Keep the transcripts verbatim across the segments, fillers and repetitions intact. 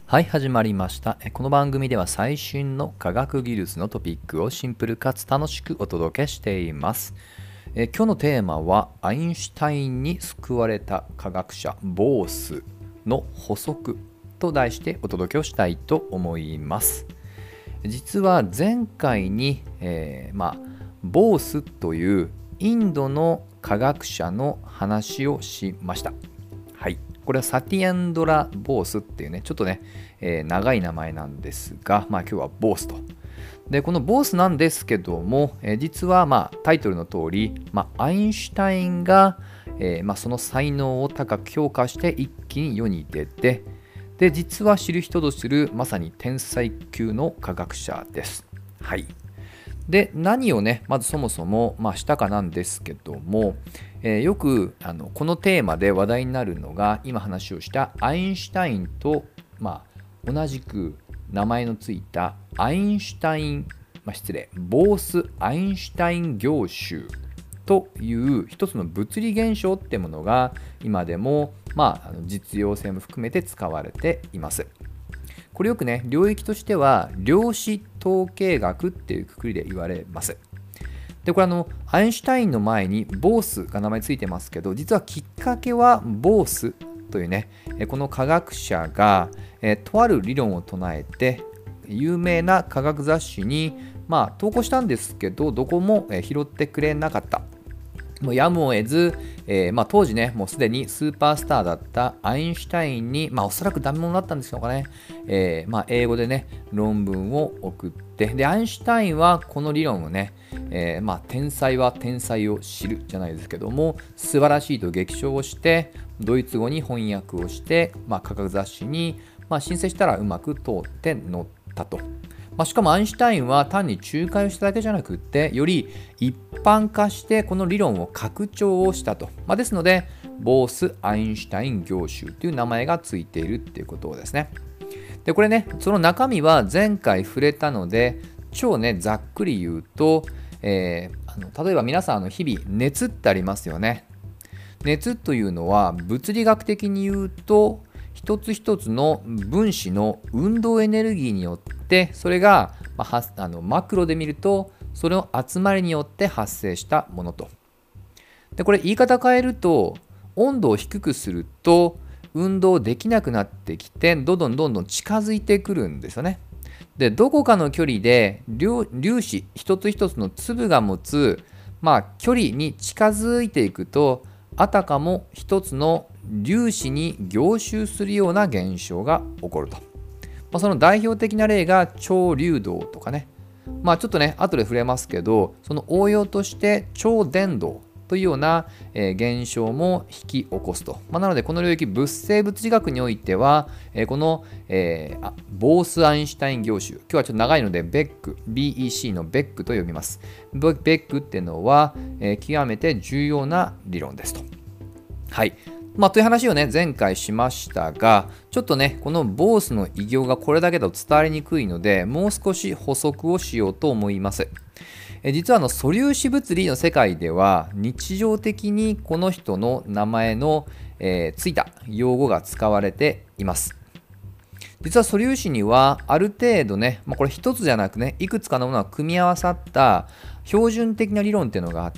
はい、始まりました。えこの番組では最新の科学技術のトピックをシンプルかつ楽しくお届けしています。え今日のテーマは、アインシュタインに救われた科学者ボースの補足と題してお届けをしたいと思います。実は前回に、えーまあ、ボースというインドの科学者の話をしました。はい。これはサティアンドラ・ボースっていうね、ちょっとね、えー長い名前なんですが、まあ今日はボースと。で、このボースなんですけども、えー実はまあタイトルの通り、まあ、アインシュタインが、えーまあ、その才能を高く評価して一気に世に出て、で、実は知る人ぞ知るまさに天才級の科学者です。はい。で、何をね、まずそもそも、まあ、したかなんですけども、えーよくあのこのテーマで話題になるのが、今話をしたアインシュタインと、まあ、同じく名前のついたアインシュタイン、まあ、失礼、ボース・アインシュタイン凝集という一つの物理現象ってものが今でも、まあ、あの実用性も含めて使われています。これよくね、領域としては量子統計学っていうくくりで言われます。で、これあの、アインシュタインの前にボースが名前ついてますけど、実はきっかけはボースというね、この科学者が、えとある理論を唱えて、有名な科学雑誌に、まあ、投稿したんですけど、どこも拾ってくれなかった。もうやむを得ず、えーまあ、当時ね、もうすでにスーパースターだったアインシュタインに、まあ、おそらくダメ元だったんですよかね、えーまあ、英語でね、論文を送って、で、アインシュタインはこの理論をね、えーまあ、天才は天才を知るじゃないですけども、素晴らしいと激賞をして、ドイツ語に翻訳をして、まあ、科学雑誌に、まあ、申請したらうまく通って載ったと。まあ、しかもアインシュタインは単に仲介をしただけじゃなくって、より一般化してこの理論を拡張をしたと。まあ、ですので、ボース・アインシュタイン凝集という名前がついているっていうことですね。で、これね、その中身は前回触れたので、超ね、ざっくり言うと、えー、あの例えば皆さんあの日々熱ってありますよね。熱というのは物理学的に言うと、一つ一つの分子の運動エネルギーによってそれが、まあ、あのマクロで見るとそれの集まりによって発生したものと。でこれ言い方変えると、温度を低くすると運動できなくなってきて、どんどんどんどん近づいてくるんですよね。でどこかの距離で 粒, 粒子一つ一つの粒が持つ、まあ、距離に近づいていくと、あたかも一つの粒子に凝集するような現象が起こると。まあ、その代表的な例が超流動とかね。まあちょっとね、後で触れますけど、その応用として超伝導というような、えー、現象も引き起こすと。まあ、なのでこの領域、物生物理学においては、えー、この、えー、ボース・アインシュタイン凝集、今日はちょっと長いのでベック、ビーイーシー のベックと読みます。ベックっていうのは、えー、極めて重要な理論ですと。はい。まあ、という話をね、前回しましたが、ちょっとね、このボースの偉業がこれだけだと伝わりにくいので、もう少し補足をしようと思います。え実はあの素粒子物理の世界では、日常的にこの人の名前の、えー、ついた用語が使われています。実は素粒子にはある程度ね、まあ、これ一つじゃなくね、いくつかのものが組み合わさった標準的な理論っていうのがあって、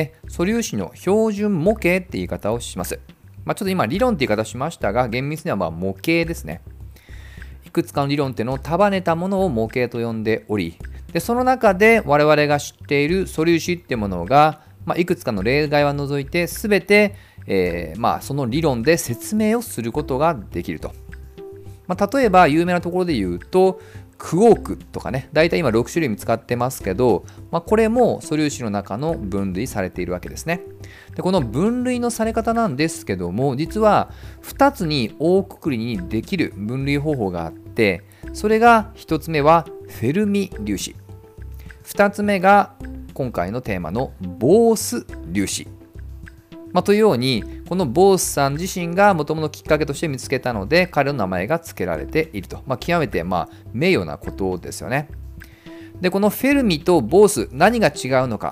素粒子の標準模型って言い方をします。まあ、ちょっと今理論って言い方をしましたが、厳密にはまあ模型ですね。いくつかの理論っていうのを束ねたものを模型と呼んでおり、でその中で我々が知っている素粒子っていうものが、まあ、いくつかの例外は除いて全て、えーまあ、その理論で説明をすることができると。まあ、例えば有名なところで言うと、クォークとかね、だいたい今ろく種類見つかってますけど、まあ、これも素粒子の中の分類されているわけですね。でこの分類のされ方なんですけども、実はふたつに大くくりにできる分類方法があって、それがひとつめはフェルミ粒子、ふたつめが今回のテーマのボース粒子。まあ、というように、このボースさん自身が元々きっかけとして見つけたので、彼の名前が付けられていると。まあ、極めてまあ名誉なことですよね。で、このフェルミとボース、何が違うのか。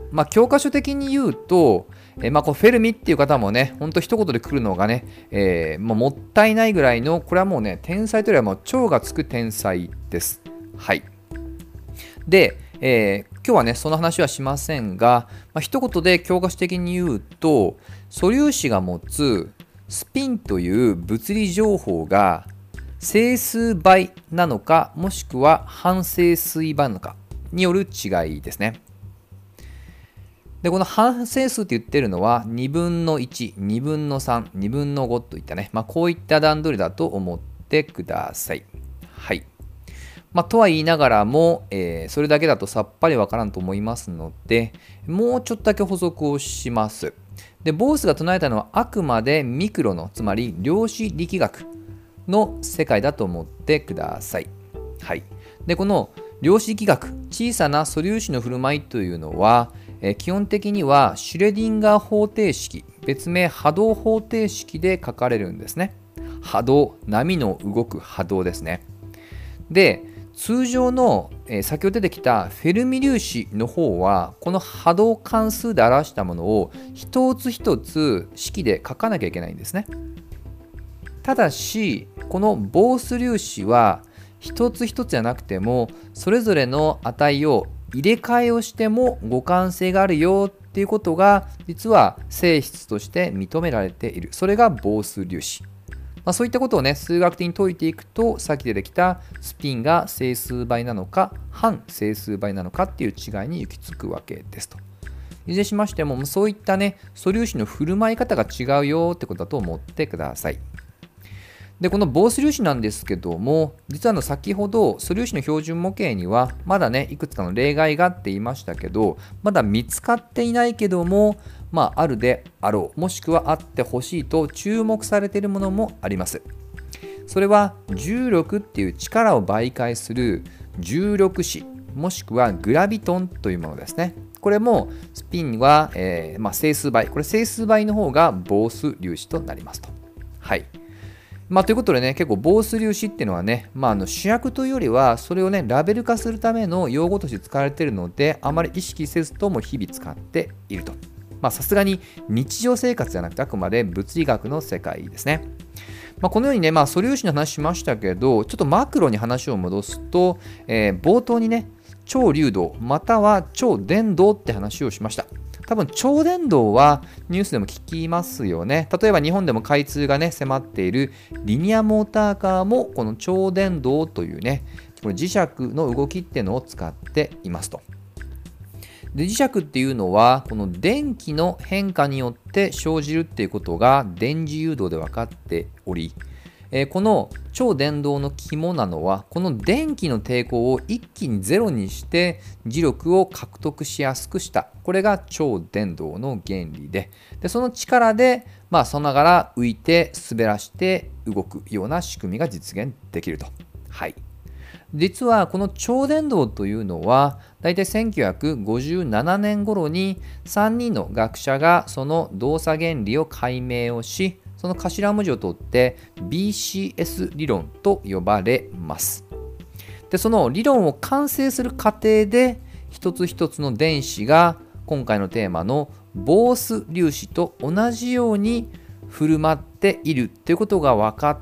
まあ、教科書的に言うと、えーまあ、こうフェルミっていう方もね、ほんと一言で来るのがね、えーまあ、もったいないぐらいの、これはもうね、天才というよりはもう超がつく天才です。はい。で、えー、今日はね、その話はしませんが、まあ、一言で教科書的に言うと、素粒子が持つスピンという物理情報が整数倍なのか、もしくは半整数倍なのかによる違いですね。で、この半整数って言ってるのはにぶんのいち、にぶんのさん、にぶんのごといったね、まあ、こういった段取りだと思ってください。はい。まあ、とは言いながらも、えー、それだけだとさっぱりわからんと思いますので、もうちょっとだけ補足をします。で、ボースが唱えたのはあくまでミクロの、つまり量子力学の世界だと思ってください。はい。で、この量子力学、小さな素粒子の振る舞いというのは、えー、基本的にはシュレディンガー方程式、別名波動方程式で書かれるんですね。波動、波の動く波動ですね。で、通常の、えー、先ほど出てきたフェルミ粒子の方は、この波動関数で表したものを一つ一つ式で書かなきゃいけないんですね。ただし、このボース粒子は一つ一つじゃなくても、それぞれの値を入れ替えをしても互換性があるよっていうことが、実は性質として認められている。それがボース粒子。まあ、そういったことをね、数学的に解いていくと、さっき出てきたスピンが整数倍なのか、半整数倍なのかっていう違いに行き着くわけですと。いずれしましても、そういったね、素粒子の振る舞い方が違うよってことだと思ってください。で、このボース粒子なんですけども、実はの先ほど素粒子の標準模型にはまだね、いくつかの例外があって言いましたけど、まだ見つかっていないけども、まあ、あるであろう、もしくはあってほしいと注目されているものもあります。それは重力っていう力を媒介する重力子、もしくはグラビトンというものですね。これもスピンは、えーまあ、整数倍、これ整数倍の方がボース粒子となりますと。はい。まあ、ということでね、結構ボース粒子っていうのはね、まあ、あの主役というよりは、それをね、ラベル化するための用語として使われているので、あまり意識せずとも日々使っていると。まあ、さすがに日常生活じゃなくて、あくまで物理学の世界ですね。まあ、このようにね、まあ、素粒子の話しましたけど、ちょっとマクロに話を戻すと、えー、冒頭にね、超流動または超電導って話をしました。多分超電導はニュースでも聞きますよね。例えば日本でも開通がね迫っているリニアモーターカーもこの超電導というね、これ磁石の動きっていうのを使っていますと。で、磁石っていうのはこの電気の変化によって生じるっていうことが電磁誘導で分かっており、えー、この超電導の肝なのはこの電気の抵抗を一気にゼロにして磁力を獲得しやすくした、これが超電導の原理で、でその力でまあそのながら浮いて滑らして動くような仕組みが実現できると。はい。実はこの超電導というのはだいたいせんきゅうひゃくごじゅうななねん頃にさんにんの学者がその動作原理を解明をし、その頭文字を取って ビーシーエス 理論と呼ばれます。で、その理論を完成する過程で一つ一つの電子が今回のテーマのボース粒子と同じように振る舞っているということが分かって、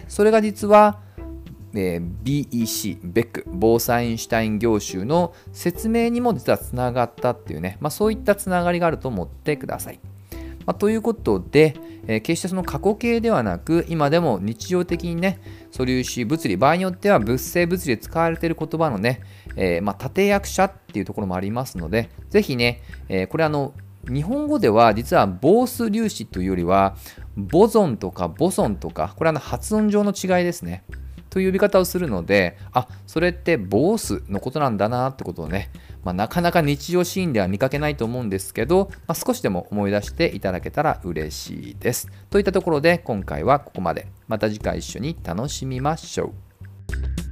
それが実は、えー、ビーイーシー、ベック、ボースアインシュタイン凝集の説明にも実はつながったっていうね、まあ、そういったつながりがあると思ってください。まあ、ということで、えー、決してその過去形ではなく、今でも日常的にね、素粒子物理、場合によっては物性物理で使われている言葉のね、えーまあ、立役者っていうところもありますので、ぜひね、えー、これあの、日本語では実はボース粒子というよりは、ボゾンとかボソンとか、これはの発音上の違いですね。という呼び方をするので、あ、それってボースのことなんだなってことをね、まあ、なかなか日常シーンでは見かけないと思うんですけど、まあ、少しでも思い出していただけたら嬉しいです。といったところで今回はここまで。また次回一緒に楽しみましょう。